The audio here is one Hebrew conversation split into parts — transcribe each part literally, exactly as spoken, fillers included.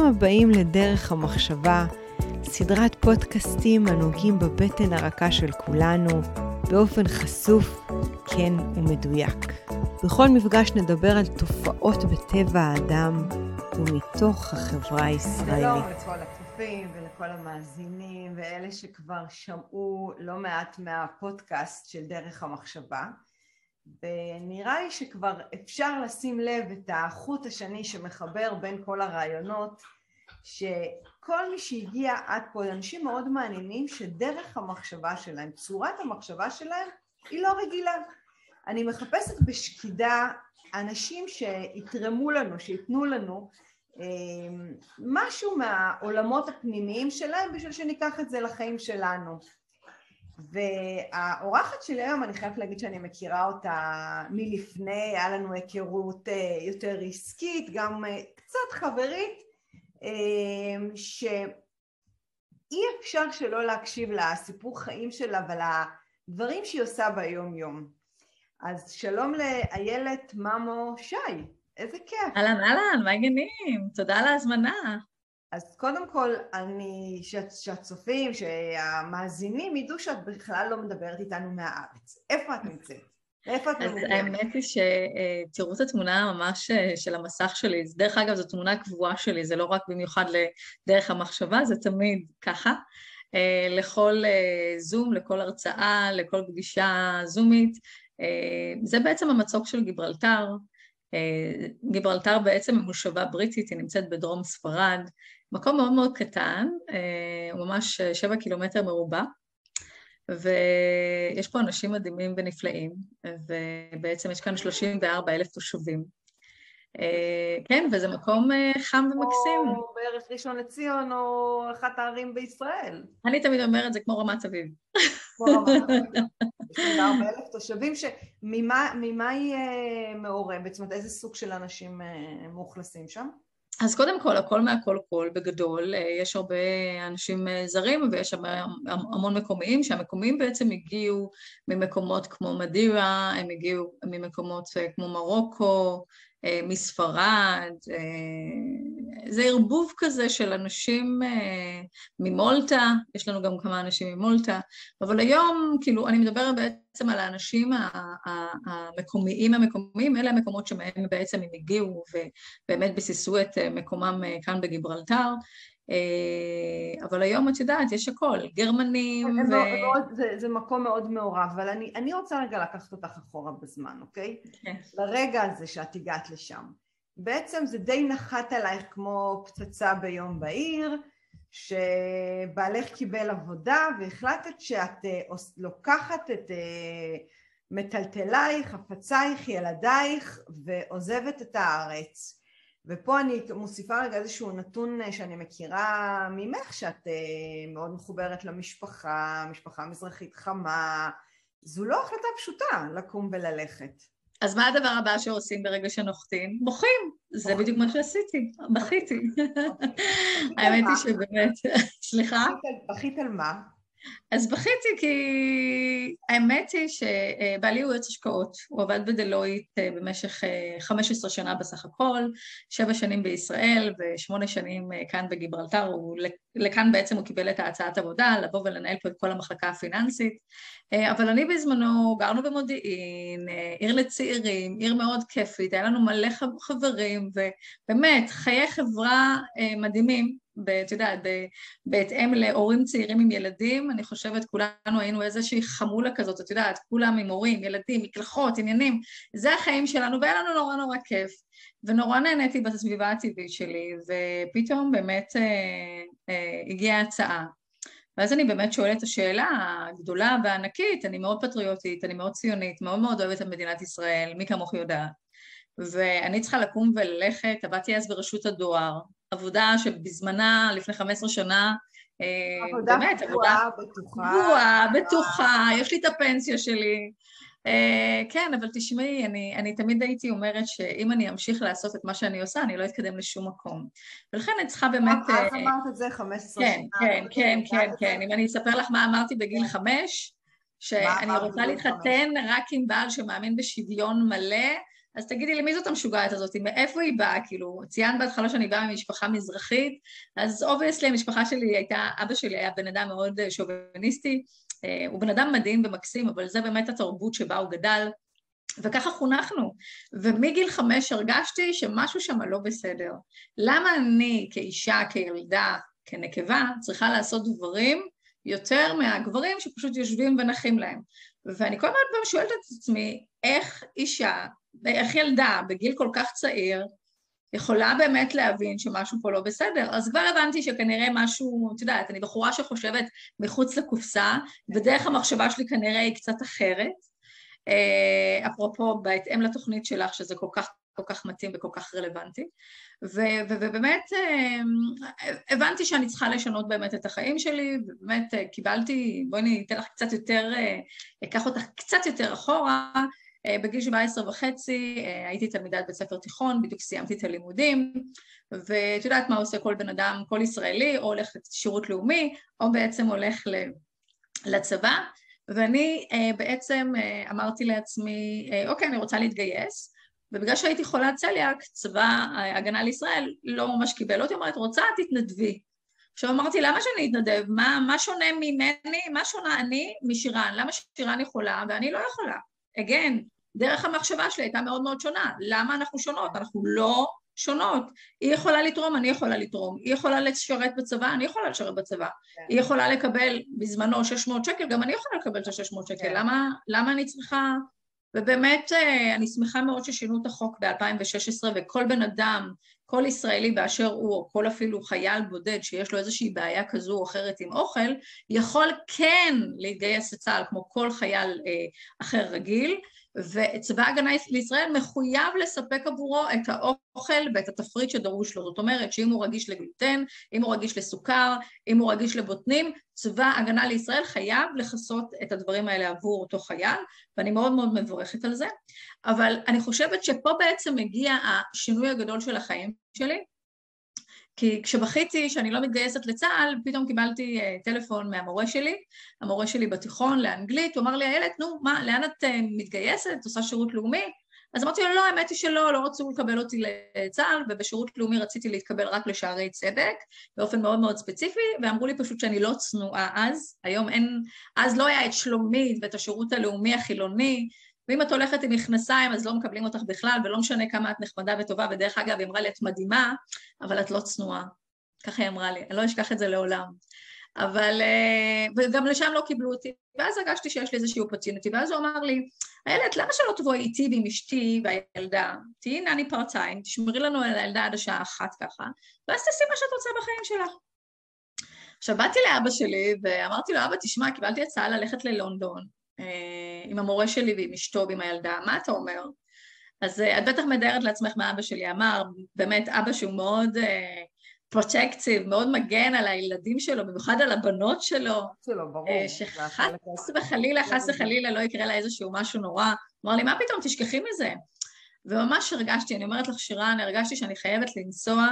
הבאים לדרך המחשבה, סדרת פודקאסטים הנוגעים בבטן הרכה של כולנו, באופן חשוף, כן ומדויק. בכל מפגש נדבר על תופעות בטבע האדם ומתוך החברה הישראלית. שלום לכל הצופים ולכל המאזינים ואלה שכבר שמעו לא מעט מהפודקאסט של דרך המחשבה. ונראה לי שכבר אפשר לשים לב את החוט השני שמחבר בין כל הרעיונות, שכל מי שהגיע עד פה, אנשים מאוד מעניינים שדרך המחשבה שלהם, צורת המחשבה שלהם היא לא רגילה. אני מחפשת בשקידה אנשים שיתרמו לנו, שיתנו לנו משהו מהעולמות הפנימיים שלהם בשביל שניקח את זה לחיים שלנו. והאורחת שלי היום, אני חייבת להגיד שאני מכירה אותה מלפני, היה לנו היכרות יותר עסקית, גם קצת חברית, שאי אפשר שלא להקשיב לסיפור חיים שלה ולדברים שהיא עושה ביום יום. אז שלום לאיילת ממו שי, איזה כיף. אהלן אהלן, מה העניינים? תודה על ההזמנה. אז קודם כל, אני, שהצופים, שהמאזינים ידעו שאת בכלל לא מדברת איתנו מהארץ. איפה את נמצאת? איפה את נמצאת? האמת היא שתראו את התמונה ממש של המסך שלי. דרך אגב, זו תמונה קבועה שלי, זה לא רק במיוחד לדרך המחשבה, זה תמיד ככה. לכל זום, לכל הרצאה, לכל פגישה זומית. זה בעצם המצוק של גיברלטר. גיברלטר בעצם מושבה בריטית, היא נמצאת בדרום ספרד, מקום מאוד מאוד קטן, הוא ממש שבע קילומטר מרובע, ויש פה אנשים מדהימים ונפלאים, ובעצם יש כאן שלושים וארבעה אלף תושבים. כן, וזה מקום חם ומקסים. או בערך ראשון לציון, או אחת הערים בישראל. אני תמיד אומרת, זה כמו רמת אביב. כמו רמת אביב. שלושים וארבעה אלף תושבים, שממה היא מעורבת? זאת אומרת, איזה סוג של אנשים מאוכלסים שם? אז קודם כל, הכל מהכל כל, בגדול, יש הרבה אנשים זרים ויש המון מקומיים, שהמקומיים בעצם הגיעו ממקומות כמו מדירה, הם הגיעו ממקומות כמו מרוקו, מספרד, זה ערבוב כזה של אנשים ממולטה, יש לנו גם כמה אנשים ממולטה, אבל היום, כאילו, אני מדברת בעצם על האנשים המקומיים המקומיים, אלה המקומות שמהם בעצם הם הגיעו ובאמת ביססו את מקומם כאן בגיברלטר, אבל היום את יודעת, יש הכל, גרמנים ו... זה, זה מקום מאוד מעורב, אבל אני, אני רוצה רגע לקחת אותך אחורה בזמן, אוקיי? כן. לרגע הזה שאת הגעת לשם. בעצם זה די נחת עלייך כמו פצצה ביום בהיר, שבעלך קיבל עבודה, והחלטת שאת לוקחת את מטלטלייך, חפצייך, ילדייך, ועוזבת את הארץ. ופה אני מוסיפה רגע איזשהו נתון שאני מכירה ממך, שאת מאוד מחוברת למשפחה, משפחה מזרחית חמה, זו לא החלטה פשוטה לקום וללכת. אז מה הדבר הבא שעושים ברגע שנוחתים? בוכים, זה בדיוק מה שעשיתי, בכיתי. האמת היא שבאמת, סליחה? בכית על מה? אז בכיתי כי האמת היא שבעלי הוא יועץ השקעות, הוא עבד בדלויט במשך חמש עשרה שנה בסך הכל, שבע שנים בישראל ושמונה שנים כאן בגיברלטר, לכאן בעצם הוא קיבל את ההצעת עבודה, לבוא ולנהל פה את כל המחלקה הפיננסית, אבל אני בזמנו גרנו במודיעין, עיר לצעירים, עיר מאוד כיפית, היה לנו מלא חברים ובאמת חיי חברה מדהימים, את יודעת, בהתאם להורים צעירים עם ילדים, אני חושבת כולנו היינו איזושהי חמולה כזאת, את יודעת, כולם עם הורים, ילדים, מקלחות, עניינים, זה החיים שלנו, והיה לנו נורא נורא כיף, ונורא נהניתי בסביבה הטבעית שלי, ופתאום באמת אה, אה, הגיעה הצעה. ואז אני באמת שואלת את השאלה הגדולה והענקית, אני מאוד פטריוטית, אני מאוד ציונית, מאוד מאוד אוהבת את מדינת ישראל, מי כמוך יודעת, ואני צריכה לקום וללכת, עבדתי אז ברשות הדואר, עבודה שבזמנה, לפני חמש עשרה שנה, עבודה באמת, בטוחה, עבודה בטוחה, בטוחה, יש לי את הפנסיה שלי. כן, אבל תשמעי, אני, אני תמיד הייתי אומרת שאם אני אמשיך לעשות את מה שאני עושה, אני לא אתקדם לשום מקום. ולכן אני צריכה באמת... אז אמרת את זה חמש עשרה שנה. כן, כן, כן, כן. אם אני אספר לך מה אמרתי בגיל חמש, שאני רוצה להתחתן רק עם בעל שמאמין בשוויון מלא, אז תגידי לי, מי זאת המשוגעת הזאת? מאיפה היא באה? כאילו, ציינת בהתחלה שאני באה ממשפחה מזרחית, אז אובייסלי המשפחה שלי הייתה, אבא שלי היה בן אדם מאוד שוביניסטי, הוא בן אדם מדהים ומקסים, אבל זה באמת התרבות שבה הוא גדל, וככה חונכנו, ומגיל חמש הרגשתי שמשהו שם לא בסדר. למה אני כאישה, כילדה, כנקבה, צריכה לעשות דברים יותר מהגברים שפשוט יושבים ונחים להם? ואני כל הזמן שואלת את עצמי, איך אישה, איך ילדה בגיל כל כך צעיר, יכולה באמת להבין שמשהו פה לא בסדר? אז כבר הבנתי שכנראה משהו, את יודעת, אני בחורה שחושבת מחוץ לקופסה, ודרך המחשבה שלי כנראה היא קצת אחרת, אפרופו בהתאם לתוכנית שלך, שזה כל כך, כל כך מתאים וכל כך רלוונטי, ו- ו- ובאמת הבנתי שאני צריכה לשנות באמת את החיים שלי, ובאמת קיבלתי, בואי אני אתן לך קצת יותר, אקח אותך קצת יותר אחורה, בגיל שבע עשרה וחצי הייתי תלמידת בית ספר תיכון, בדיוק סיימתי את הלימודים, ואת יודעת מה עושה כל בן אדם, כל ישראלי, או הולך לשירות לאומי, או בעצם הולך לצבא, ואני בעצם אמרתי לעצמי, אוקיי, אני רוצה להתגייס, ובגלל שהייתי חולת צליאק, צבא הגנה לישראל לא ממש קיבל אותי, אמרת, רוצה, תתנדבי. עכשיו אמרתי, למה שאני אתנדב? מה, מה שונה ממני? מה שונה אני משירן? למה שירן יכולה ואני לא יכולה? again, דרך המחשבה שלי הייתה מאוד מאוד שונה. למה אנחנו שונות? אנחנו לא שונות. היא יכולה לתרום, אני יכולה לתרום. היא יכולה לשרת בצבא, אני יכולה לשרת בצבא. Yeah. היא יכולה לקבל בזמנו שש מאות שקל, גם אני יכולה לקבל את ה-שש מאות שקל. Yeah. למה, למה אני צריכה... ובאמת אני שמחה מאוד ששינו את החוק ב-אלפיים ושש עשרה, וכל בן אדם, כל ישראלי באשר הוא, או כל אפילו חייל בודד שיש לו איזושהי בעיה כזו או אחרת עם אוכל, יכול כן להתגייס לצה"ל כמו כל חייל אה, אחר רגיל, וצבא הגנה לישראל מחויב לספק עבורו את האוכל ואת התפריט שדרוש לו. זאת אומרת שאם הוא רגיש לגלוטן, אם הוא רגיש לסוכר, אם הוא רגיש לבוטנים, צבא הגנה לישראל חייב לחסות את הדברים האלה עבור אותו חייל, ואני מאוד מאוד מברכת על זה. אבל אני חושבת שפה בעצם מגיע השינוי הגדול של החיים שלי, כי כשבכיתי שאני לא מתגייסת לצה"ל, פתאום קיבלתי טלפון מהמורה שלי, המורה שלי בתיכון לאנגלית, הוא אמר לי, הילד, נו, מה, לאן את מתגייסת? עושה שירות לאומי? אז אמרתי לו, לא, האמת היא שלא, לא רצו לקבל אותי לצה"ל, ובשירות לאומי רציתי להתקבל רק לשערי צדק, באופן מאוד מאוד ספציפי, ואמרו לי פשוט שאני לא צנועה אז, היום אין, אז לא היה את שלומית ואת השירות הלאומי החילוני, ואם את הולכת עם מכנסיים, אז לא מקבלים אותך בכלל, ולא משנה כמה את נחמדה וטובה, ודרך אגב, היא אמרה לי, את מדהימה, אבל את לא צנועה. ככה היא אמרה לי, אני לא אשכח את זה לעולם. אבל, וגם לשם לא קיבלו אותי, ואז הרגשתי שיש לי איזושהי אופורטיוניטי, ואז הוא אמר לי, הילד, למה שלא תבואי איתי ועם אשתי והילדה? תהיי נני פרטיים, תשמרי לנו על הילדה עד השעה אחת ככה, ואז תעשי מה שאת רוצה בחיים שלך. עכשיו, באתי לאבא שלי, ואמרתי לו, אבא, תשמע, קיבלתי הצעה ללכת ללונדון, עם המורה שלי ועם אשתו ועם הילדה, מה אתה אומר? אז את בטח מדיירת לעצמך מה אבא שלי אמר, באמת אבא שהוא מאוד פרוטקטיב, מאוד מגן על הילדים שלו, במיוחד על הבנות שלו, שלו, ברור. שחס וחלילה, חס וחלילה לא יקרה לה איזשהו משהו נורא, אמר לי, מה פתאום, תשכחי מזה? וממש הרגשתי, אני אומרת לך שירן, הרגשתי שאני חייבת לנסוע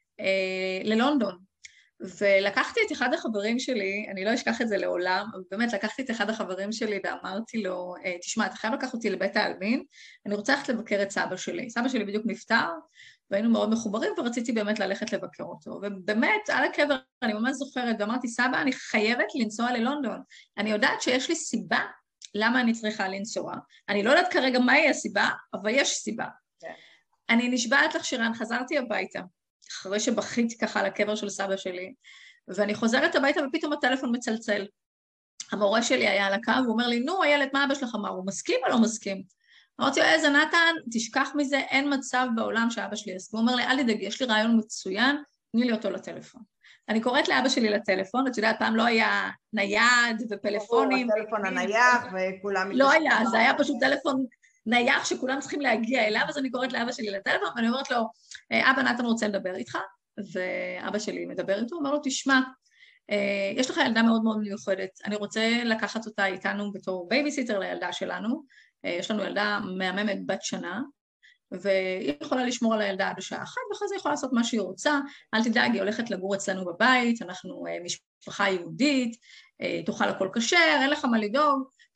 ללונדון, ולקחתי את אחד החברים שלי, אני לא אשכח את זה לעולם, אבל באמת לקחתי את אחד החברים שלי ואמרתי לו, תשמע, אתה חייב לקח אותי לבית העלמין, אני רוצה ללכת לבקר את סבא שלי. סבא שלי בדיוק נפטר, והיינו מאוד מחוברים, ורציתי באמת ללכת לבקר אותו. ובאמת, על הקבר, אני ממש זוכרת, ואמרתי, סבא, אני חייבת לנסוע ללונדון. אני יודעת שיש לי סיבה למה אני צריכה לנסוע. אני לא יודעת כרגע מהי הסיבה, אבל יש סיבה. אני נשבעת לך, שירן, חזרתי הביתה. אחרי שבכיתי ככה על הקבר של סבא שלי, ואני חוזרת הביתה ופתאום הטלפון מצלצל. המורה שלי היה על הקו, הוא אומר לי, נו, הילד, מה אבא שלך אמר? הוא מסכים או לא מסכים? אמרתי לו, איזה נתן, תשכח מזה, אין מצב בעולם שאבא שלי יסכים. הוא אומר לי, אל תדאגי, יש לי רעיון מצוין, תני לי אותו לטלפון. אני קוראת לאבא שלי לטלפון, את יודעת, פעם לא היה נייד ופלאפונים. הטלפון הנייח וכולם... לא היה, זה היה פשוט טלפון נייח שכולם צריכים להגיע אליו, אז אני קוראת לאבא שלי לטלפון, ואני אומרת לו, אבא, נתן רוצה לדבר איתך, ואבא שלי מדבר איתו, הוא אומר לו, תשמע, יש לך ילדה מאוד מאוד מיוחדת, אני רוצה לקחת אותה איתנו בתור בייביסיטר לילדה שלנו, יש לנו ילדה מהממת בת שנה, והיא יכולה לשמור על הילדה עד השעה אחת, ואחרי זה היא יכולה לעשות מה שהיא רוצה, אל תדאג, היא הולכת לגור אצלנו בבית, אנחנו משפחה יהודית, תאכל הכל כשר, אין לך מה לדאוג,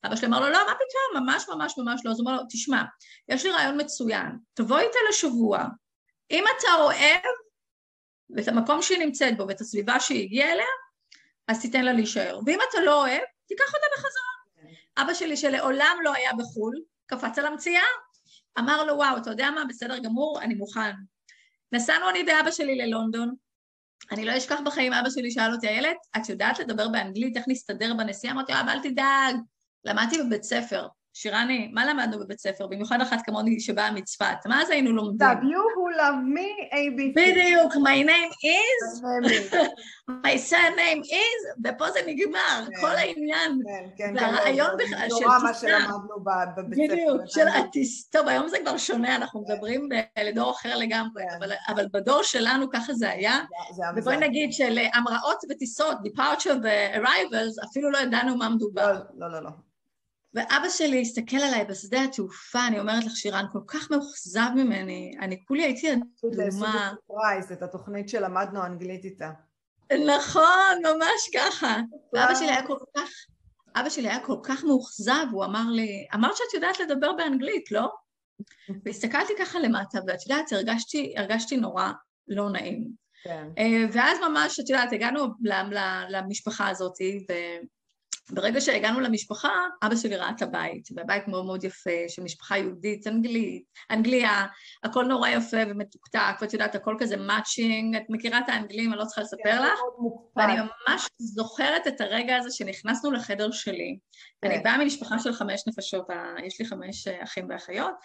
אבא שלי אמר לו, לא, מה פתאום, ממש ממש ממש לא. אז הוא אמר לו, תשמע, יש לי רעיון מצוין, תבוא איתה לשבוע, אם אתה אוהב ואת המקום שהיא נמצאת בו ואת הסביבה שהיא הגיעה אליה, אז תיתן לה להישאר. ואם אתה לא אוהב, תיקח אותה בחזרה. אבא שלי שלעולם לא היה בחול, קפץ על המציאה, אמר לו, וואו, אתה יודע מה, בסדר גמור, אני מוכן. נסענו אני ואבא שלי ללונדון, אני לא אשכח בחיים, אבא שלי שאל אותי, איילת, את יודעת לדבר באנגלית, איך נסתדר בנסיעה? אמרתי, אבא, אל תדאג, למדתי בבית ספר. שירני, מה למדנו בבית ספר? במיוחד אחת כמוני שבאה מצפת. מה אז היינו לומדים? Love you who love me, A B C. בדיוק, my name is, my surname is, ופה זה נגמר, כל העניין. כן, כן, והרעיון כן. בכלל זה של נורא מה טיסה. שלמדנו בבית ספר. בדיוק, של הטיס. טוב, היום זה כבר שונה, אנחנו מדברים לדור אחר לגמרי, אבל בדור שלנו ככה זה היה. ובואי נגיד שלהמראות וטיסות, departure ו-arrivals, אפילו לא ידענו מה מדובר. לא, לא, לא. ואבא שלי הסתכל עליי בשדה התעופה, אני אומרת לך, שירן, כל כך מאוכזב ממני, אני כולי הייתי אדומה. את התוכנית שלמדנו אנגלית איתה. נכון, ממש ככה. ואבא שלי היה כל כך, אבא שלי היה כל כך מאוכזב, הוא אמר לי, אמרת שאת יודעת לדבר באנגלית, לא? והסתכלתי ככה למטה, ואת יודעת, הרגשתי, הרגשתי נורא לא נעים. כן. ואז ממש, את יודעת, הגענו למשפחה הזאת, ו... ברגע שהגענו למשפחה, אבא שלי ראה את הבית, והבית מאוד מאוד יפה, של משפחה יהודית, אנגלית, אנגליה, הכל נורא יפה ומתוקתק, ואת יודעת, הכל כזה מאצ'ינג, את מכירה את האנגלים, אני לא צריכה לספר לך, ואני ממש זוכרת את הרגע הזה שנכנסנו לחדר שלי, אני באה ממשפחה של חמש נפשות, יש לי חמש אחים ואחיות,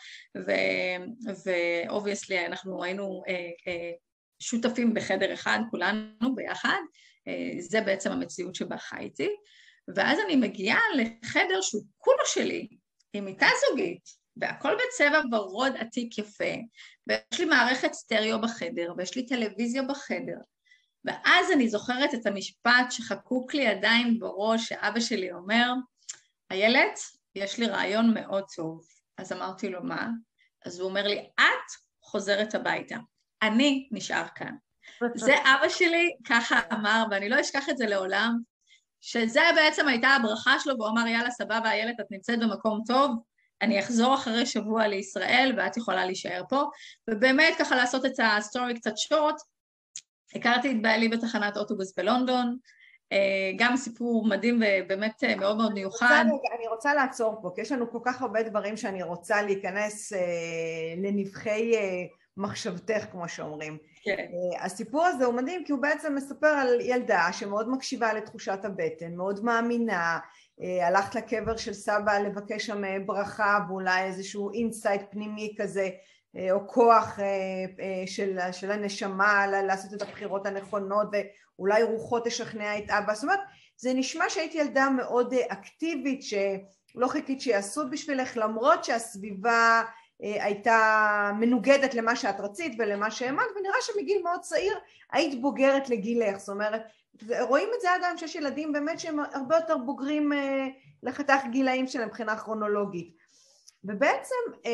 ואובייסלי אנחנו היינו שותפים בחדר אחד, כולנו ביחד, זה בעצם המציאות שבה חייתי, ואז אני מגיעה לחדר שהוא כולו שלי, עם מיטה זוגית, והכל בצבע ורוד עתיק יפה, ויש לי מערכת סטריאו בחדר, ויש לי טלוויזיה בחדר, ואז אני זוכרת את המשפט שחקוק לי עדיין בראש, שאבא שלי אומר, איילת, יש לי רעיון מאוד טוב. אז אמרתי לו, מה? אז הוא אומר לי, את חוזרת הביתה, אני נשאר כאן. זה אבא שלי ככה אמר, ואני לא אשכח את זה לעולם, שזה בעצם הייתה הברכה שלו, והוא אמר, יאללה, סבבה, איילת, את נמצאת במקום טוב, אני אחזור אחרי שבוע לישראל, ואת יכולה להישאר פה, ובאמת ככה לעשות את הסטורי קצת שורט, הכרתי את בעלי בתחנת אוטובוס בלונדון, גם סיפור מדהים ובאמת מאוד מאוד מיוחד. אני רוצה לעצור פה, כי יש לנו כל כך הרבה דברים שאני רוצה להיכנס לנבחי מחשבתך, כמו שאומרים. כן. הסיפור הזה הוא מדהים, כי הוא בעצם מספר על ילדה שמאוד מקשיבה לתחושת הבטן, מאוד מאמינה, הלכת לקבר של סבא לבקש שם ברכה, ואולי איזשהו אינסייט פנימי כזה, או כוח של, של הנשמה לעשות את הבחירות הנכונות, ואולי רוחות תשכנע את אבא. זאת אומרת, זה נשמע שהייתי ילדה מאוד אקטיבית, שלא חיכית שיעשו בשבילך, למרות שהסביבה הייתה מנוגדת למה שאת רצית ולמה שהאמנת, ונראה שמגיל מאוד צעיר היית בוגרת לגילך. זאת אומרת, רואים את זה עד היום שיש ילדים באמת שהם הרבה יותר בוגרים לחתך גילאים שלהם מבחינה כרונולוגית. ובעצם,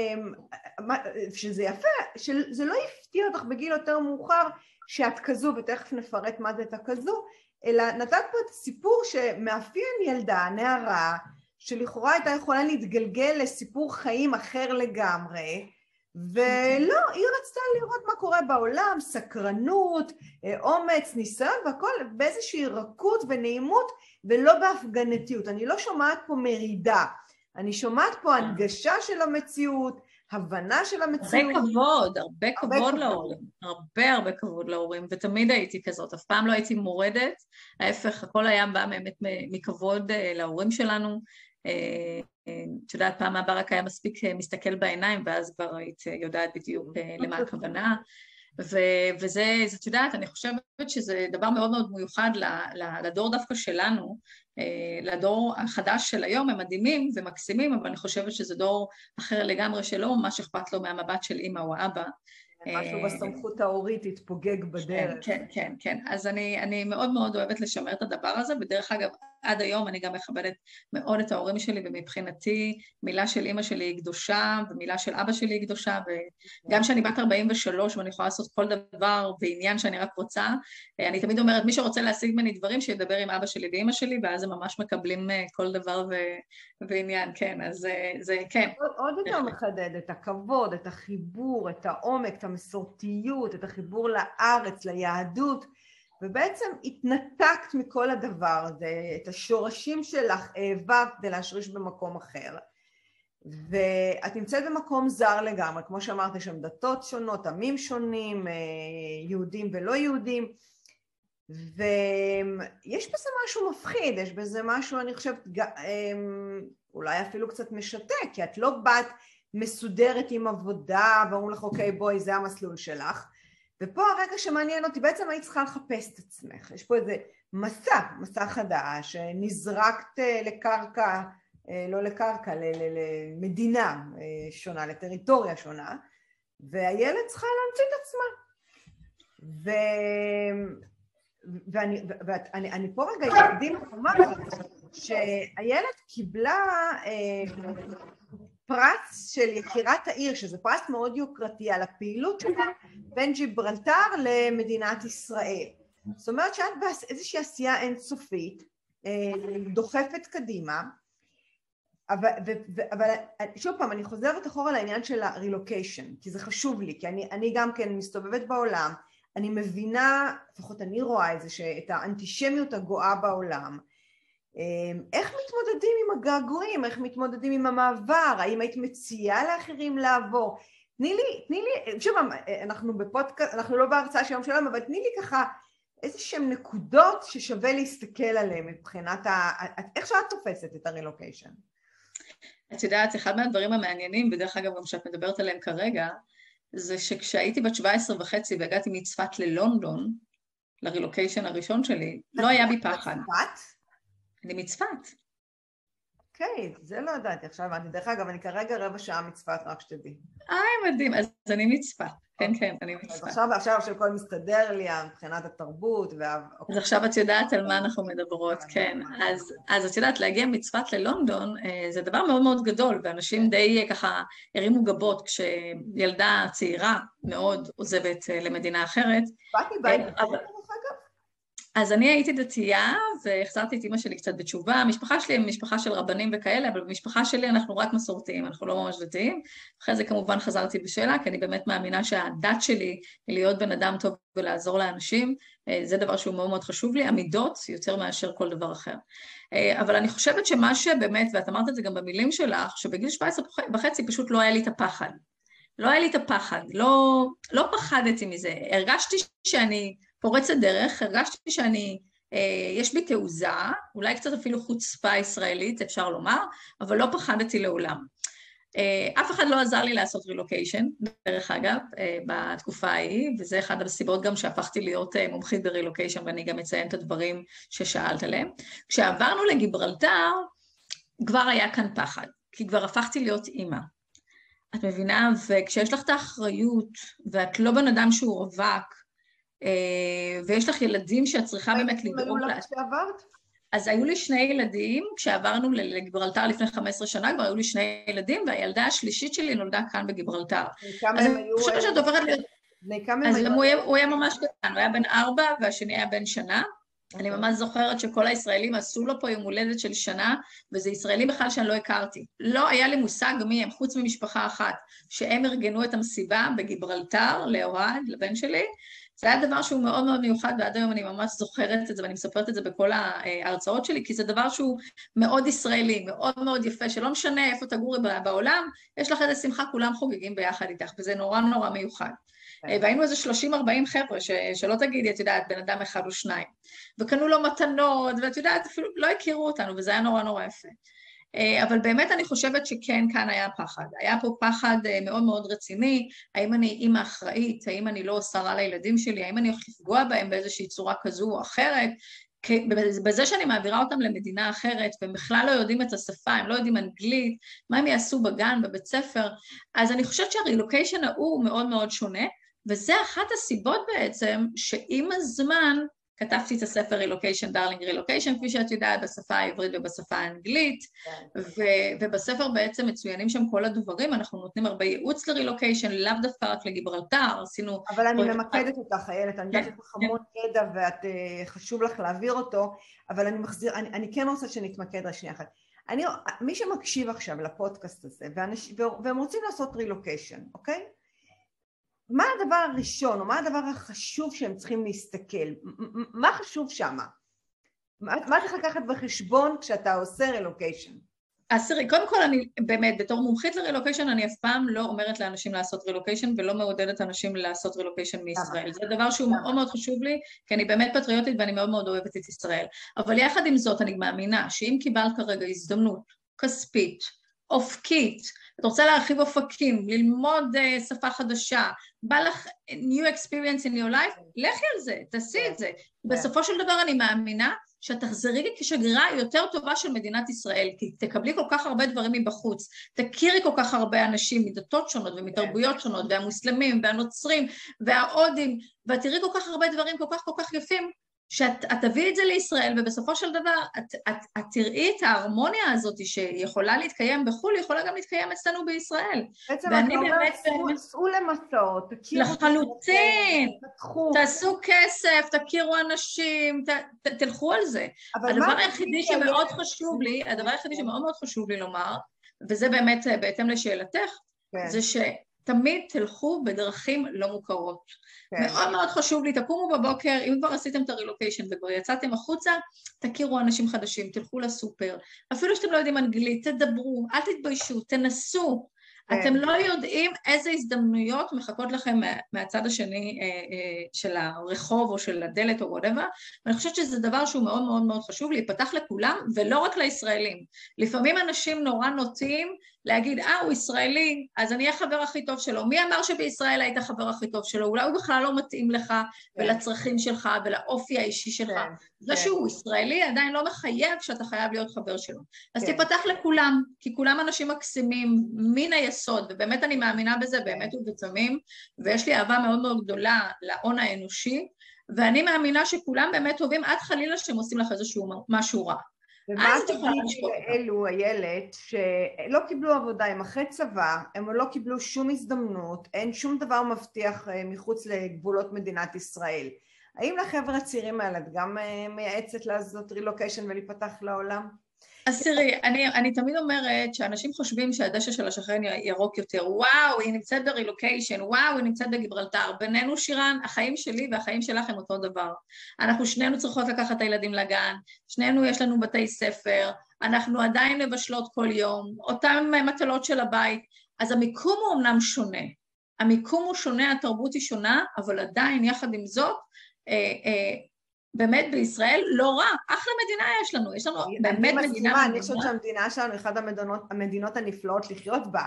שזה יפה, שזה לא יפתיע אותך בגיל יותר מאוחר שאת כזו, ותכף נפרט מה זה את הכזו, אלא נתת פה את הסיפור שמאפיין ילדה, נערה, שלכאורה הייתה יכולה להתגלגל לסיפור חיים אחר לגמרי, ולא, היא רצתה לראות מה קורה בעולם, סקרנות, אומץ, ניסיון, והכל באיזושהי רכות ונעימות, ולא בהפגנתיות. אני לא שומעת פה מרידה, אני שומעת פה הנגשה של המציאות, הבנה של המציאות. הרבה כבוד, הרבה כבוד להורים, הרבה הרבה כבוד להורים, ותמיד הייתי כזאת, אף פעם לא הייתי מורדת, ההפך, הכל היה בא באמת מכבוד להורים שלנו, את יודעת, פעם הבא רק היה מספיק מסתכל בעיניים, ואז כבר היית יודעת בדיוק למה הכוונה, וזה, את יודעת, אני חושבת שזה דבר מאוד מאוד מיוחד לדור דווקא שלנו, לדור החדש של היום, הם מדהימים ומקסימים, אבל אני חושבת שזה דור אחר לגמרי שלו, מה שאכפת לו מהמבט של אמא או אבא. משהו בסמכות ההורית התפוגג בדרך. כן, כן, כן. אז אני, אני מאוד מאוד אוהבת לשמר את הדבר הזה, בדרך אגב, עד היום אני גם מכבדת מאוד את ההורים שלי, ומבחינתי מילה של אמא שלי היא קדושה, ומילה של אבא שלי היא קדושה, וגם כשאני בת ארבעים ושלוש ואני יכולה לעשות כל דבר בעניין שאני רק רוצה, אני תמיד אומרת, מי שרוצה להשיג ממני דברים, שידבר עם אבא שלי ואמא שלי, ואז הם ממש מקבלים כל דבר ו- ועניין, כן, אז זה כן. עוד יותר מחדד את הכבוד, את החיבור, את העומק, את המסורתיות, את החיבור לארץ, ליהדות, ובעצם התנתקת מכל הדבר הזה, את השורשים שלך העברת כדי להשריש במקום אחר. ואת נמצאת במקום זר לגמרי, כמו שאמרת, יש שם דתות שונות, עמים שונים, יהודים ולא יהודים, ויש בזה משהו מפחיד, יש בזה משהו, אני חושבת, אולי אפילו קצת משתק, כי את לא באת מסודרת עם עבודה, ואומרים לך, אוקיי, בואי, זה המסלול שלך, ופה הרגע שמעניין אותי, בעצם היית צריכה לחפש את עצמך, יש פה איזה מסע, מסע חדש, נזרקת לקרקע, לא לקרקע, למדינה שונה, לטריטוריה שונה, והילד צריכה להמציא את עצמה. ו... ואני, ואני, אני פה רגע יקדים לומר שהילד קיבלה פרס של יקירת העיר, שזה פרס מאוד יוקרתי על הפעילות שלה בין ג'יברלטר למדינת ישראל. זאת אומרת שאת באיזושהי עשייה אינסופית, דוחפת קדימה, אבל, אבל שוב פעם, אני חוזרת אחורה לעניין של הרילוקיישן, כי זה חשוב לי, כי אני, אני גם כן מסתובבת בעולם, אני מבינה, לפחות אני רואה את זה, את האנטישמיות הגואה בעולם, איך מתמודדים עם הגעגועים, איך מתמודדים עם המעבר, האם היית מציעה לאחרים לעבור, תני לי, תני לי, שוב, אנחנו בפודקאסט, אנחנו לא בהרצאה של יום שלום, אבל תני לי ככה איזה שהן נקודות ששווה להסתכל עליהן מבחינת, ה... איך שאת תופסת את הרילוקיישן? את יודעת, אחד מהדברים המעניינים, בדרך אגב גם שאת מדברת עליהם כרגע, זה שכשהייתי בת שבע עשרה וחצי והגעתי מצפת ללונדון, לרילוקיישן הראשון שלי, לא היה בי פחד. מצפת? אני מצפת. אוקיי, זה לא ידעתי. עכשיו, אני דרך אגב, אני כרגע רבע שעה מצפת, רק שתדעי. איי, מדהים. אז אני מצפת. כן, כן, אני מצפת. עכשיו, עכשיו שהכל מסתדר לי, מבחינת התרבות וה... אז עכשיו את יודעת על מה אנחנו מדברות, כן. אז, אז את יודעת, להגיע מצפת ללונדון, זה דבר מאוד מאוד גדול, ואנשים די ככה הרימו גבות כשילדה צעירה מאוד עוזבת למדינה אחרת. באתי בית. אז אני הייתי דתייה, והחזרתי את אמא שלי קצת בתשובה. המשפחה שלי היא משפחה של רבנים וכאלה, אבל במשפחה שלי אנחנו רק מסורתיים, אנחנו לא ממש דתיים. אחרי זה כמובן חזרתי בשאלה, כי אני באמת מאמינה שהדת שלי היא להיות בן אדם טוב ולעזור לאנשים. זה דבר שהוא מאוד מאוד חשוב לי, המידות יותר מאשר כל דבר אחר. אבל אני חושבת שמה שבאמת, ואת אמרת את זה גם במילים שלך, שבגיל שבע עשרה וחצי פשוט לא היה לי את הפחד. לא היה לי את הפחד, לא, לא פחדתי מזה. הרגשתי שאני פורצת דרך, הרגשתי שאני, אה, יש בי תעוזה, אולי קצת אפילו חוצפה ישראלית, אפשר לומר, אבל לא פחדתי לעולם. אה, אף אחד לא עזר לי לעשות רילוקיישן, דרך אגב, אה, בתקופה ההיא, וזה אחד הסיבות גם שהפכתי להיות אה, מומחית ברילוקיישן, ואני גם אציין את הדברים ששאלת עליהם. כשעברנו לגיברלטר, כבר היה כאן פחד, כי כבר הפכתי להיות אימא. את מבינה? וכשיש לך את האחריות, ואת לא בן אדם שהוא רווק, ויש לך ילדים שאת צריכה באמת לדאוג לה. אז היו לי שני ילדים, כשעברנו לגיברלטר לפני חמש עשרה שנה, כבר היו לי שני ילדים, והילדה השלישית שלי נולדה כאן בגיברלטר. אז אני חושבת שאת עוברת להיות... אז הוא היה ממש קטן, הוא היה בן ארבע, והשני היה בן שנה. אני ממש זוכרת שכל הישראלים עשו לו פה יום הולדת של שנה, וזה ישראלים בכלל שאני לא הכרתי. לא היה לי מושג מי הם, חוץ ממשפחה אחת, שהם ארגנו את המסיבה בגיברלטר, לאוהד, לבן שלי. זה היה דבר שהוא מאוד מאוד מיוחד, ועד היום אני ממש זוכרת את זה, ואני מספרת את זה בכל ההרצאות שלי, כי זה דבר שהוא מאוד ישראלי, מאוד מאוד יפה, שלא משנה איפה תגורי בעולם, יש לך איזה שמחה, כולם חוגגים ביחד איתך, וזה נורא נורא מיוחד. והיינו איזה שלושים ארבעים חבר'ה, שלא תגידי, את יודעת, בן אדם אחד או שניים, וקנו לו מתנות, ואת יודעת, אפילו לא הכירו אותנו, וזה היה נורא נורא יפה. אבל באמת אני חושבת שכן, כאן היה פחד. היה פה פחד מאוד מאוד רציני, האם אני אימא אחראית, האם אני לא עושה רע לילדים שלי, האם אני הולך לפגוע בהם באיזושהי צורה כזו או אחרת, בזה שאני מעבירה אותם למדינה אחרת, והם בכלל לא יודעים את השפה, הם לא יודעים אנגלית, מה הם יעשו בגן, בבית ספר, אז אני חושבת שהרילוקיישן הוא מאוד מאוד שונה, וזה אחת הסיבות בעצם שעם הזמן כתבתי את הספר Relocation, Darling Relocation, כפי שאת יודעת, בשפה העברית ובשפה האנגלית, ו- ובספר בעצם מצוינים שם כל הדברים, אנחנו נותנים הרבה ייעוץ ל-Relocation, לאו דווקא רק לגיברלטר, עשינו... אבל אני ממקדת אותך, איילת, אני יודעת לך המון ידע ואת חשוב לך להעביר אותו, אבל אני מחזיר, אני, אני כן רוצה שנתמקד שנייה אחת. אני, מי שמקשיב עכשיו לפודקאסט הזה, ואנש, והם רוצים לעשות רילוקיישן, אוקיי? מה הדבר הראשון, או מה הדבר החשוב שהם צריכים להסתכל? מה חשוב שם? מה, מה צריך לקחת בחשבון כשאתה עושה רילוקיישן? אז תראי, קודם כל אני באמת, בתור מומחית לרילוקיישן, אני אף פעם לא אומרת לאנשים לעשות רילוקיישן, ולא מעודדת אנשים לעשות רילוקיישן מישראל. זה דבר שהוא מאוד מאוד חשוב לי, כי אני באמת פטריוטית ואני מאוד מאוד אוהבת את ישראל. אבל יחד עם זאת, אני מאמינה שאם קיבלת כרגע הזדמנות כספית, אופקית, את רוצה להרחיב אופקים, ללמוד uh, שפה חדשה, בא לך new experience in your life, לכי על זה, תעשי את זה. בסופו של דבר אני מאמינה שאת תחזרי כשגרירה יותר טובה של מדינת ישראל, כי תקבלי כל כך הרבה דברים מבחוץ, תכירי כל כך הרבה אנשים מדתות שונות ומתרבויות שונות, והמוסלמים והנוצרים וההודים, ואת תראי כל כך הרבה דברים כל כך כל כך יפים, שאת את תביא את זה לישראל, ובסופו של דבר את, את, את תראי את ההרמוניה הזאת שיכולה להתקיים בחו"ל, יכולה גם להתקיים אצלנו בישראל. בעצם אתה אומר, סעו למסעות, תכירו... לחלוטין, תעשו כסף, תכירו אנשים, ת, ת, תלכו על זה. הדבר היחידי שמאוד חשוב לי, הדבר היחידי שמאוד מאוד חשוב לי לומר, וזה באמת בהתאם לשאלתך, זה שתמיד תלכו בדרכים לא מוכרות. מאוד מאוד חשוב לי, תקומו בבוקר, אם כבר עשיתם את הרילוקיישן וכבר יצאתם החוצה, תכירו אנשים חדשים, תלכו לסופר, אפילו שאתם לא יודעים אנגלית, תדברו, אל תתביישו, תנסו, אתם לא יודעים איזה הזדמנויות מחכות לכם מהצד השני של הרחוב או של הדלת או whatever, ואני חושבת שזה דבר שהוא מאוד מאוד מאוד חשוב להיפתח לכולם, ולא רק לישראלים. לפעמים אנשים נורא נוטים להגיד, אה, הוא ישראלי, אז אני אהיה חבר הכי טוב שלו. מי אמר שבישראל היית חבר הכי טוב שלו? אולי הוא בכלל לא מתאים לך ולצרכים שלך ולאופי האישי שלך. זה שהוא ישראלי עדיין לא מחייב שאתה חייב להיות חבר שלו. אז תיפתח לכולם, כי כולם אנשים מקסימים מן היסוד, ובאמת אני מאמינה בזה, באמת ובתמים, ויש לי אהבה מאוד מאוד גדולה להון האנושי, ואני מאמינה שכולם באמת טובים עד חלילה שהם עושים לך איזשהו משהו רע. ומה תגידי לאלו, איילת, שלא קיבלו עבודה, הם אחרי צבא, הם לא קיבלו שום הזדמנות, אין שום דבר מבטיח מחוץ לגבולות מדינת ישראל. האם לחבר'ה הצעירים האלה את גם מייעצת לעשות רילוקיישן ולהיפתח לעולם? אז תראי, אני, אני תמיד אומרת שאנשים חושבים שהדשא של השכן ירוק יותר, וואו, היא נמצאת ברילוקיישן, וואו, היא נמצאת בגיברלטר. בינינו שירן, החיים שלי והחיים שלך הם אותו דבר. אנחנו שנינו צריכות לקחת את הילדים לגן, שנינו יש לנו בתי ספר, אנחנו עדיין מבשלות כל יום, אותן מטלות של הבית, אז המיקום הוא אמנם שונה. המיקום הוא שונה, התרבות היא שונה, אבל עדיין יחד עם זאת, אה, אה, באמת בישראל לא רע, אחלה מדינה יש לנו, יש לנו באמת מדינה... אני חושבת שהמדינה שלנו, אחת המדינות הנפלאות לחיות בה.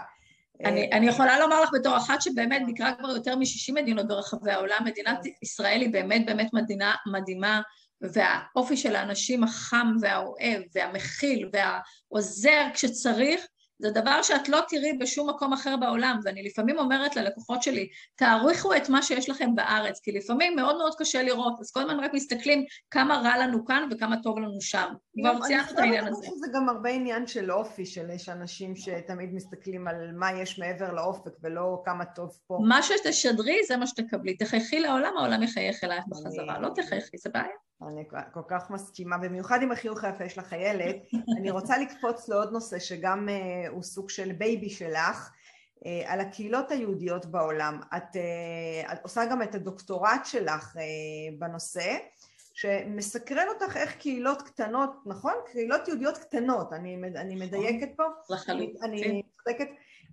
אני יכולה לומר לך בתור אחת שבאמת ביקרה כבר יותר מ-שישים מדינות ברחבי העולם, מדינת ישראל היא באמת באמת מדינה מדהימה, והאופי של האנשים החם והאוהב והמכיל והעוזר כשצריך, זה דבר שאת לא תראי בשום מקום אחר בעולם, ואני לפעמים אומרת ללקוחות שלי, תעריכו את מה שיש לכם בארץ, כי לפעמים מאוד מאוד קשה לראות, אז כל הזמן רק מסתכלים כמה רע לנו כאן וכמה טוב לנו שם. כבר ציינת את העניין הזה. אני חושבת שזה גם הרבה עניין של אופי, של יש אנשים שתמיד מסתכלים על מה יש מעבר לאופק, ולא כמה טוב פה. מה שתשדרי זה מה שתקבלי, תחייכי לעולם, העולם יחייך אלייך בחזרה, לא תחייכי, זה בעיה. אני כל כך מסכימה, במיוחד עם החיוך היפה שלך איילת, אני רוצה לקפוץ לעוד נושא שגם uh, הוא סוג של בייבי שלך, uh, על הקהילות היהודיות בעולם. את, uh, את עושה גם את הדוקטורט שלך uh, בנושא, שמסקרן אותך איך קהילות קטנות, נכון? קהילות יהודיות קטנות, אני, אני מדייקת פה? לחלוטין. אני צודקת,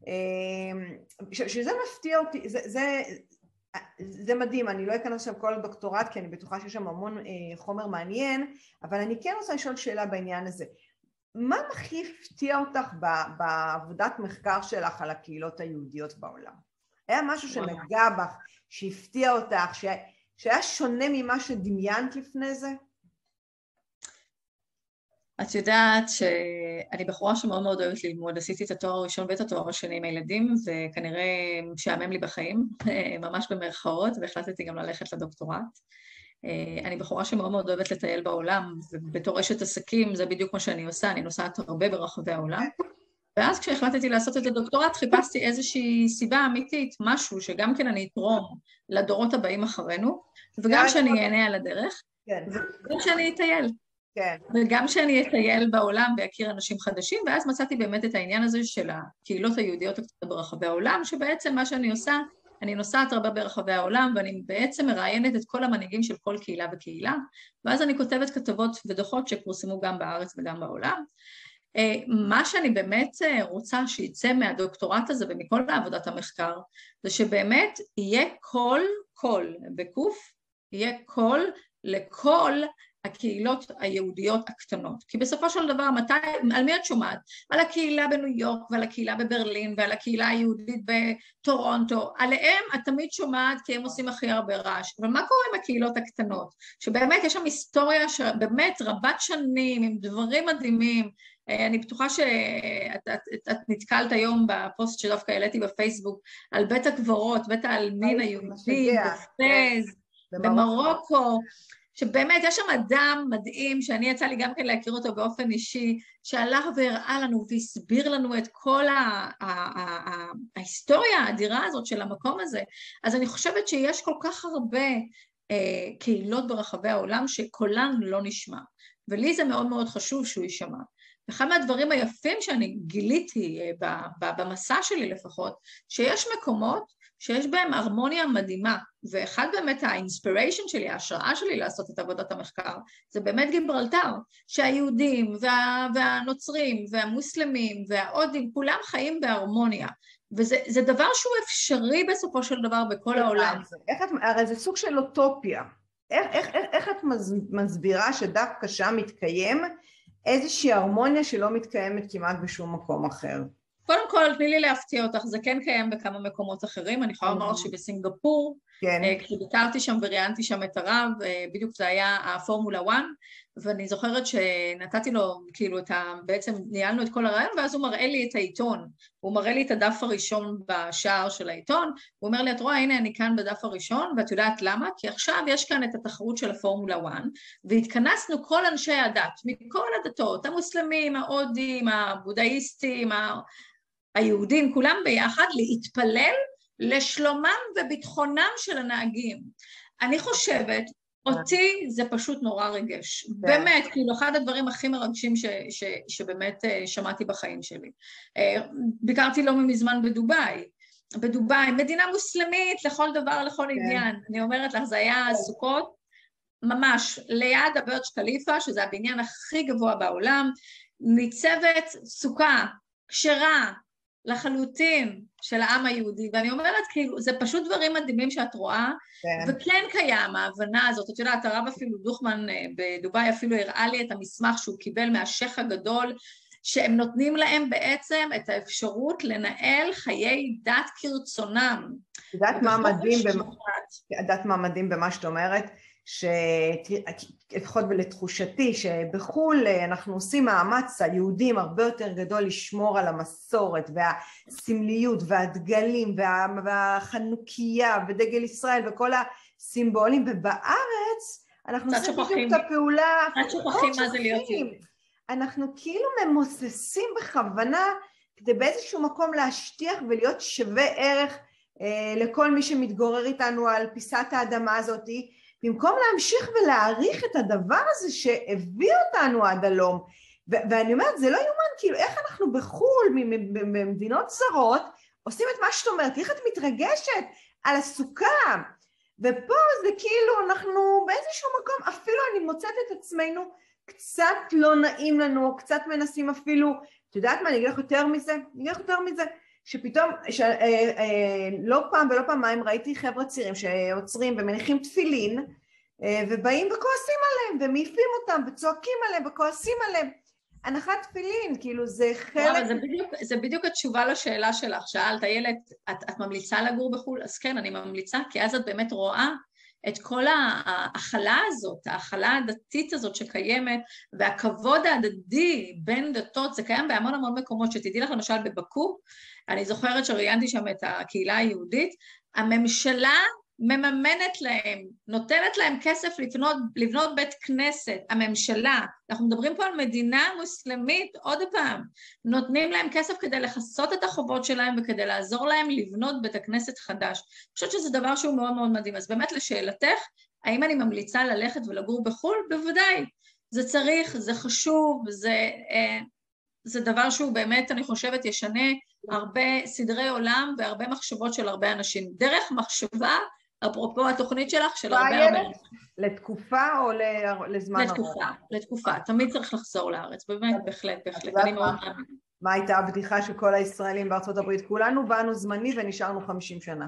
uh, שזה מפתיע אותי, זה... זה זה מדהים, אני לא אכנס שם כל הדוקטורט, כי אני בטוחה שיש שם המון אה, חומר מעניין, אבל אני כן רוצה לשאול שאלה בעניין הזה. מה הכי הפתיע אותך בעבודת מחקר שלך על הקהילות היהודיות בעולם? היה משהו שנגע בך, שהפתיע אותך, ש... שהיה שונה ממה שדמיינת לפני זה? את יודעת שאני בחורה שמאוד מאוד אוהבת ללמוד, עשיתי את התואר הראשון ואת התואר השני עם הילדים, וכנראה משעמם לי בחיים, ממש במרכאות, והחלטתי גם ללכת לדוקטורט. אני בחורה שמאוד מאוד אוהבת לטייל בעולם, ובתור אשת עסקים זה בדיוק מה שאני עושה, אני נוסעת הרבה ברחבי העולם. ואז כשהחלטתי לעשות את הדוקטורט, חיפשתי איזושהי סיבה אמיתית, משהו שגם כן אני אתרום לדורות הבאים אחרינו, וגם שאני אענה על הדרך, וגם שאני אטייל. וגם שאני אטייל בעולם ואכיר אנשים חדשים, ואז מצאתי באמת את העניין הזה של הקהילות היהודיות הקטנות ברחבי העולם, שבעצם מה שאני עושה, אני נוסעת הרבה ברחבי העולם, ואני בעצם מראיינת את כל המנהיגים של כל קהילה וקהילה, ואז אני כותבת כתבות ודוחות שפורסמו גם בארץ וגם בעולם. מה שאני באמת רוצה שיצא מהדוקטורט הזה ומכל עבודת המחקר, זה שבאמת יהיה קול, קול, בקוף, יהיה קול לכל הקהילות היהודיות הקטנות. כי בסופו של דבר, מתי, על מי את שומעת? על הקהילה בניו יורק ועל הקהילה בברלין ועל הקהילה היהודית בטורונטו. עליהם את תמיד שומעת כי הם עושים הכי הרבה רעש. אבל מה קורה עם הקהילות הקטנות? שבאמת יש שם היסטוריה שבאמת רבת שנים עם דברים מדהימים. אני בטוחה שאת את, את, את נתקלת היום בפוסט שדווקא העליתי בפייסבוק על בית הקברות, בית העלמין היהודי, בפז, במרוקו. שבאמת יש שם אדם מדהים, שאני יצא לי גם כן להכיר אותו באופן אישי, שהלך והראה לנו והסביר לנו את כל ההיסטוריה האדירה הזאת של המקום הזה. אז אני חושבת שיש כל כך הרבה קהילות ברחבי העולם שקולן לא נשמע, ולי זה מאוד מאוד חשוב שהוא יישמע. אחד מהדברים היפים שאני גיליתי במסע שלי לפחות, שיש מקומות שיש בהם הרמוניה מדהימה, ואחד באמת האינספיריישן שלי, ההשראה שלי לעשות את עבודת המחקר, זה באמת גיברלטר, שהיהודים וה, והנוצרים והמוסלמים וההודים, כולם חיים בהרמוניה, וזה זה דבר שהוא אפשרי בסופו של דבר בכל העולם. איך את, הרי זה סוג של אוטופיה, איך, איך, איך, איך את מסבירה שדווקא שם מתקיים איזושהי הרמוניה שלא מתקיימת כמעט בשום מקום אחר? קודם כל, תני לי להפתיע אותך, זה כן קיים בכמה מקומות אחרים, אני יכולה לומר שבסינגפור, כשביקרתי שם וראיינתי שם את הרב, בדיוק זה היה הפורמולה אחת, ואני זוכרת שנתתי לו, כאילו, בעצם ניהלנו את כל הרעיון, ואז הוא מראה לי את העיתון, הוא מראה לי את הדף הראשון בשער של העיתון, הוא אומר לי, את רואה, הנה אני כאן בדף הראשון, ואת יודעת למה? כי עכשיו יש כאן את התחרות של הפורמולה אחת, והתכנסנו כל אנשי הדת, מכל הדתות, המוסלמים, ההודים, הבודהיסטים, היהודים, כולם ביחד, להתפלל לשלומם וביטחונם של הנהגים. אני חושבת, אותי זה פשוט נורא רגש. באמת, כאילו, אחד הדברים הכי מרגשים ש, ש, שבאמת שמעתי בחיים שלי. ביקרתי לא מזמן בדובאי. בדובאי, מדינה מוסלמית לכל דבר, לכל עניין. אני אומרת לך, זה היה סוכות, ממש, ליד הבירג' חליפה, שזה הבניין הכי גבוה בעולם, ניצבת סוכה, כשרה, לחלוטין של העם היהודי, ואני אומרת, כאילו, זה פשוט דברים מדהימים שאת רואה, כן. וכן קיים ההבנה הזאת, את יודעת, הרב אפילו דוכמן בדובאי אפילו הראה לי את המסמך שהוא קיבל מהשייח הגדול, שהם נותנים להם בעצם את האפשרות לנהל חיי דת כרצונם. יודעת מה מדהים, במ... יודעת מה מדהים במה שאת אומרת, שלפחות לתחושתי שבחול אנחנו עושים מאמץ היהודים הרבה יותר גדול לשמור על המסורת והסמליות והדגלים וה... והחנוכיה ודגל ישראל וכל הסימבולים, ובארץ אנחנו עושים בדיוק את הפעולה, את שוכחים מה זה להיות יהודי. אנחנו כאילו ממוססים בכוונה כדי באיזשהו מקום להשטיח ולהיות שווה ערך אה, לכל מי שמתגורר איתנו על פיסת האדמה הזאת, במקום להמשיך ולהעריך את הדבר הזה שהביא אותנו עד הלום. ו- ואני אומרת, זה לא יומן, כאילו, איך אנחנו בחול, ממדינות זרות, עושים את מה שאת אומרת, איך את מתרגשת על הסוכה, ופה זה כאילו, אנחנו באיזשהו מקום, אפילו אני מוצאת את עצמנו, קצת לא נעים לנו, קצת מנסים אפילו, את יודעת מה, אני אגיד לך יותר מזה, אני אגיד לך יותר מזה, שפתאום, ש, אה, אה, לא פעם ולא פעמיים ראיתי חבר'ה צעירים שעוצרים ומניחים תפילין, אה, ובאים וכועסים עליהם, ומעיפים אותם, וצועקים עליהם, וכועסים עליהם. הנחת תפילין, כאילו זה חלק... זה בדיוק, זה בדיוק התשובה לשאלה שלך, שאלת, הילד, את, את ממליצה לגור בחול? אז כן, אני ממליצה, כי אז את באמת רואה את כל ההכלה הזאת, ההכלה הדתית הזאת שקיימת, והכבוד ההדדי בין דתות, זה קיים בהמון המון מקומות, שתדעי לך למשל בבקו, אני זוכרת שראיינתי שם את הקהילה היהודית, הממשלה מממנת להם, נותנת להם כסף לבנות, לבנות בית כנסת, הממשלה, אנחנו מדברים פה על מדינה מוסלמית, עוד פעם, נותנים להם כסף כדי לחסות את החובות שלהם וכדי לעזור להם לבנות בית הכנסת חדש. אני חושבת שזה דבר שהוא מאוד מאוד מדהים. אז באמת לשאלתך, האם אני ממליצה ללכת ולגור בחו"ל? בוודאי. זה צריך, זה חשוב, זה, זה דבר שהוא באמת, אני חושבת, ישנה הרבה סדרי עולם והרבה מחשבות של הרבה אנשים. דרך מחשבה, אפרופו התוכנית שלך, של הרבה הרבה... לתקופה או לזמן ארוך? לתקופה, לתקופה. תמיד צריך לחזור לארץ, באמת, בהחלט, בהחלט. אני מאוד מאמין. מה הייתה הבדיחה שכל הישראלים בארצות הברית? כולנו באנו זמני ונשארנו חמישים שנה.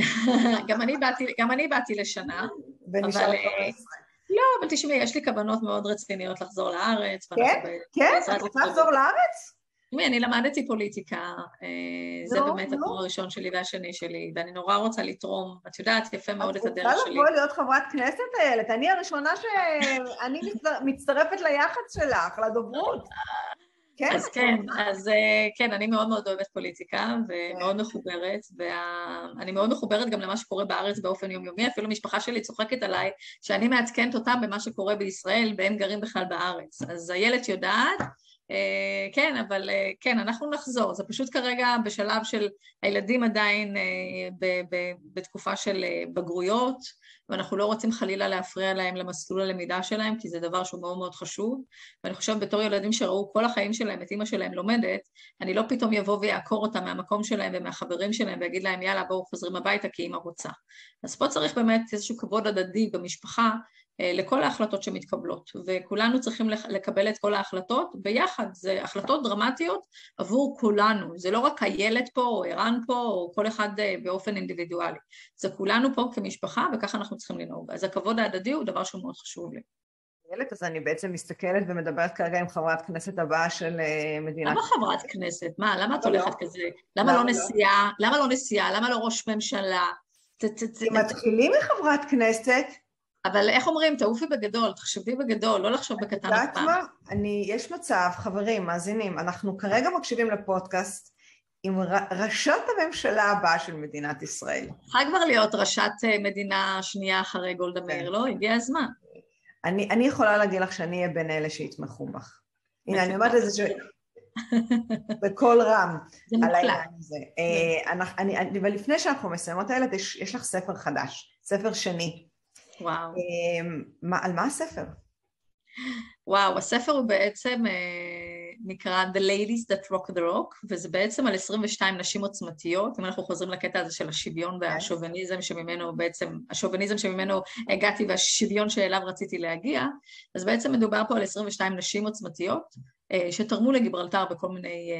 גם אני באתי לשנה. ונשארנו חמישים שנה. לא, אבל תשמעי, יש לי כוונות מאוד רציניות לחזור לארץ. כן? כן? את רוצה לחזור לארץ? תשמעי, אני למדתי פוליטיקה, זה באמת התואר הראשון שלי והשני שלי, ואני נורא רוצה לתרום, את יודעת יפה מאוד את הדרך שלי. את רוצה לבוא להיות חברת כנסת, איילת? אני הראשונה שאני מצטרפת ליח"צ שלך, לדוברות. אז כן, אז כן, אני מאוד מאוד אוהבת פוליטיקה ומאוד מחוברת, ואני מאוד מחוברת גם למה שקורה בארץ באופן יומיומי, אפילו המשפחה שלי צוחקת עליי שאני מעדכנת אותם במה שקורה בישראל, והם גרים בכלל בארץ. אז הילד יודעת, כן, אבל כן, אנחנו נחזור, זה פשוט כרגע בשלב של הילדים עדיין בתקופה של בגרויות, ואנחנו לא רוצים חלילה להפריע להם למסלול הלמידה שלהם, כי זה דבר שהוא מאוד מאוד חשוב, ואני חושב בתור ילדים שראו כל החיים שלהם, את אמא שלהם לומדת, אני לא פתאום יבוא ויעקור אותם מהמקום שלהם ומהחברים שלהם, ויגיד להם יאללה בואו חוזרים הביתה כי אמא רוצה. אז פה צריך באמת איזשהו כבוד הדדי במשפחה, לכל ההחלטות שמתקבלות, וכולנו צריכים לקבל את כל ההחלטות ביחד, זה החלטות דרמטיות עבור כולנו, זה לא רק הילד פה או ערן פה או כל אחד באופן אינדיבידואלי, זה כולנו פה כמשפחה וככה אנחנו צריכים לנהוג, אז הכבוד ההדדי הוא דבר שהוא מאוד חשוב לי. ילד, אז אני בעצם מסתכלת ומדברת כרגע עם חברת כנסת הבאה של מדינת... למה חברת כנסת? מה? למה את הולכת כזה? למה לא נשיאה? למה לא נשיאה? למה לא ראש ממשלה? מתחילים מחברת כנסת, אבל איך אומרים, תעופי בגדול, תחשבי בגדול, לא לחשוב בקטן אף פעם. יודעת מה? אני, יש מצב, חברים, מאזינים, אנחנו כרגע מקשיבים לפודקאסט עם ראשת הממשלה הבאה של מדינת ישראל. צריכה כבר להיות ראשת מדינה שנייה אחרי גולדה מאיר, לא? הגיע הזמן. אני, אני יכולה להגיד לך שאני אהיה בין אלה שיתמכו בך. הנה, אני אומרת לזה ש... בכל רם. זה מוקלט. ולפני שאנחנו מסיימות האלה, יש, יש לך ספר חדש, ספר שני. וואו. מה, על מה הספר? וואו, הספר הוא בעצם נקרא The Ladies That Rock the Rock, וזה בעצם על עשרים ושתיים נשים עוצמתיות, אם אנחנו חוזרים לקטע הזה של השוויון והשוביניזם שממנו בעצם, השוביניזם שממנו הגעתי והשוויון שאליו רציתי להגיע, אז בעצם מדובר פה על עשרים ושתיים נשים עוצמתיות, שתרמו לגיברלטר בכל מיני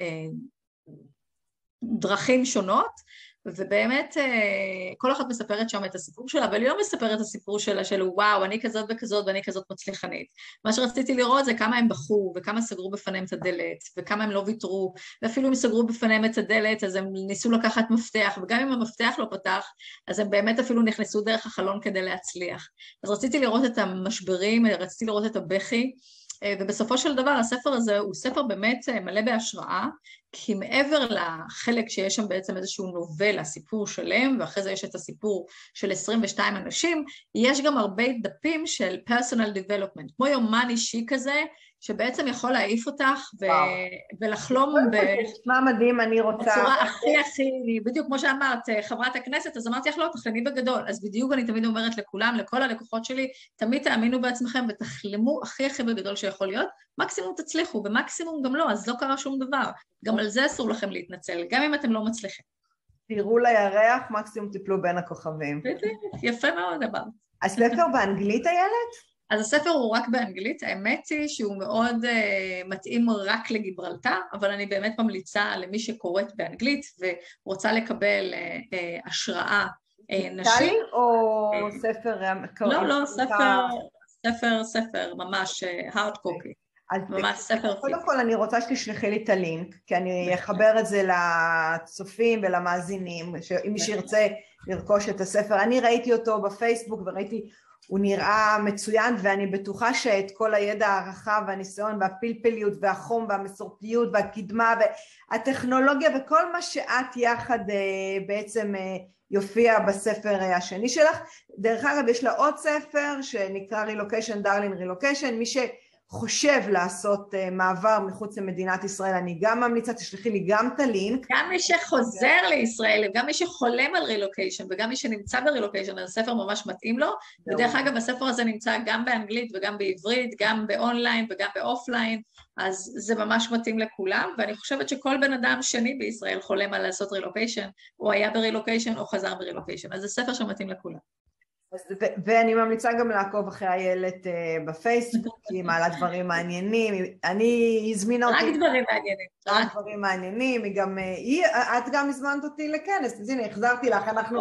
דרכים שונות, ובאמת כל אחת מספרת שם את הסיפור שלה, אבל היא לא מספרת את הסיפור שלה של וואו, אני כזאת וכזאת ואני כזאת מצליחנית. מה שרציתי לראות זה כמה הם בחרו, וכמה סגרו בפניהם את הדלת, וכמה הם לא ויתרו, ואפילו אם סגרו בפניהם את הדלת, אז הם ניסו לקחת מפתח, וגם אם המפתח לא פתח, אז הם באמת אפילו נכנסו דרך החלון כדי להצליח. אז רציתי לראות את המשברים, רציתי לראות את הבכי, ובסופו של דבר הספר הזה הוא ספר באמת מלא בהשראה, כי מעבר לחלק שיש שם בעצם איזשהו נובלה, סיפור שלם, ואחרי זה יש את הסיפור של עשרים ושתיים אנשים, יש גם הרבה דפים של personal development, כמו יומן אישי כזה, שבעצם יכול להעיף אותך ו... ולחלום ב... מה מדהים, אני רוצה... בצורה הכי הכי, בדיוק כמו שאמרת, חברת הכנסת, אז אמרתי לך לא, תחלמי בגדול, אז בדיוק אני תמיד אומרת לכולם, לכל הלקוחות שלי, תמיד תאמינו בעצמכם ותחלמו הכי הכי בגדול שיכול להיות, מקסימום תצליחו, ומקסימום גם לא, אז לא קרה שום דבר, גם על זה אסור לכם להתנצל, גם אם אתם לא מצליחים. תראו לירח, מקסימום תיפלו בין הכוכבים. יפה מאוד, אמרת. הספר באנגלית, איילת? אז הספר הוא רק באנגלית, האמת היא שהוא מאוד uh, מתאים רק לגיברלטר, אבל אני באמת ממליצה למי שקוראת באנגלית ורוצה לקבל uh, uh, השראה uh, נשית. דיגיטלי או ספר? לא, לא, ספר, ספר, ספר, ממש hard copy. ממש ספר. קודם כל אני רוצה שתשלחי לי את הלינק, כי אני אחבר את זה לצופים ולמאזינים, שמי שירצה לרכוש את הספר. אני ראיתי אותו בפייסבוק וראיתי, הוא נראה מצוין, ואני בטוחה שאת כל הידע הרחב והניסיון והפלפליות והחום והמסורתיות והקדמה והטכנולוגיה וכל מה שאת יחד בעצם יופיע בספר השני שלך. דרך אגב, יש לה עוד ספר שנקרא Relocation Darling Relocation, מי שחושב לעשות מעבר מחוץ למדינת ישראל, אני גם ממליצה, תשלחי לי גם את הלינק. גם מי שחוזר לישראל, גם מי שחולם על רילוקיישן, וגם מי שנמצא ברילוקיישן, הספר ממש מתאים לו, ודרך אגב, הספר הזה נמצא גם באנגלית וגם בעברית, גם באונליין וגם באופליין, אז זה ממש מתאים לכולם, ואני חושבת שכל בן אדם שני בישראל חולם על לעשות רילוקיישן, או היה ברילוקיישן או חזר ברילוקיישן, אז זה ספר שמתאים לכולם. ואני ממליצה גם לעקוב אחרי הילד בפייסבוק, היא מעלה דברים מעניינים, אני הזמינה אותי... רק דברים מעניינים. רק דברים מעניינים, היא גם... את גם הזמנת אותי לכנס, אז הנה, החזרתי לך, אנחנו...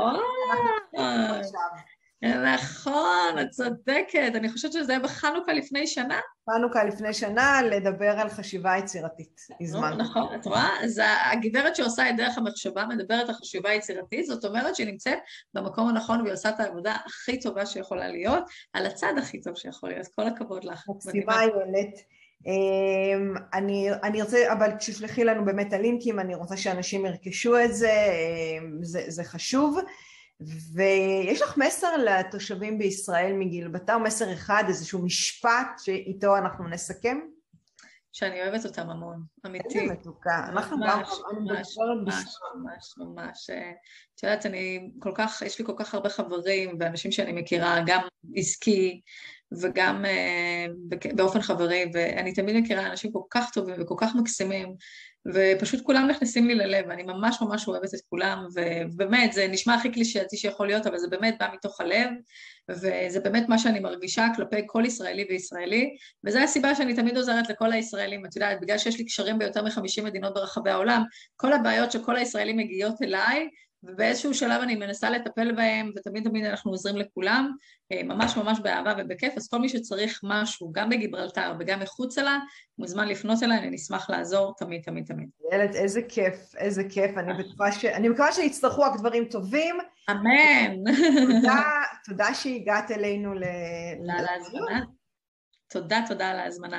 נכון, את צודקת, אני חושבת שזה היה בחנוכה לפני שנה. חנוכה לפני שנה, לדבר על חשיבה יצירתית, הזמנת. נכון, את רואה? אז הגברת שעושה את דרך המחשבה מדברת על חשיבה יצירתית, זאת אומרת שהיא נמצאת במקום הנכון והיא עושה את העבודה הכי טובה שיכולה להיות, על הצד הכי טוב שיכול להיות, כל הכבוד לך. מקסימה איילת. אני, אני רוצה, אבל תשלחי לנו באמת הלינקים, אני רוצה שאנשים ירכשו את זה, זה, זה חשוב. ויש לך מסר לתושבים בישראל מגיל בתר, מסר אחד, איזשהו משפט שאיתו אנחנו נסכם? שאני אוהבת אותם המון, אמיתי. איזה מתוקה, אנחנו ממש, ממש, ממש, ממש, ממש. את יודעת, אני כל כך, יש לי כל כך הרבה חברים ואנשים שאני מכירה, גם עסקי וגם באופן חברי, ואני תמיד מכירה אנשים כל כך טובים וכל כך מקסימים, ופשוט כולם נכנסים לי ללב, ואני ממש ממש אוהבת את כולם, ובאמת, זה נשמע הכי קלישאתי שיכול להיות, אבל זה באמת בא מתוך הלב, וזה באמת מה שאני מרגישה כלפי כל ישראלי וישראלי, וזו הסיבה שאני תמיד עוזרת לכל הישראלים, את יודעת, בגלל שיש לי קשרים ביותר מ-חמישים מדינות ברחבי העולם, כל הבעיות שכל הישראלים מגיעות אליי, ובאיזשהו שלב אני מנסה לטפל בהם, ותמיד תמיד אנחנו עוזרים לכולם, ממש ממש באהבה ובכיף, אז כל מי שצריך משהו, גם בגיברלטר וגם מחוץ לה, מוזמן לפנות אליי, אני אשמח לעזור תמיד, תמיד, תמיד. ילד, איזה כיף, איזה כיף, אני בטוחה ש... אני מקווה שיצטרכו רק דברים טובים. אמן. תודה, תודה שהגעת אלינו ל... תודה על ההזמנה. תודה, תודה על ההזמנה.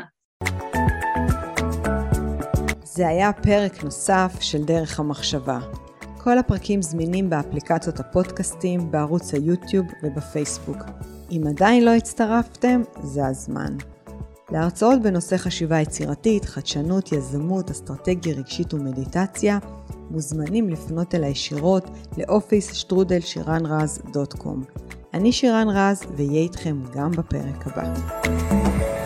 זה היה פרק נוסף של דרך המחשבה. כל הפרקים זמינים באפליקציות הפודקאסטים, בערוץ היוטיוב ובפייסבוק. אם עדיין לא הצטרפתם, זה הזמן. להרצאות בנושא חשיבה יצירתית, חדשנות, יזמות, אסטרטגיה רגשית ומדיטציה, מוזמנים לפנות אליי ישירות לאופיס שטרודל שירן רז דוט קום. אני שירן רז, ויהיה איתכם גם בפרק הבא.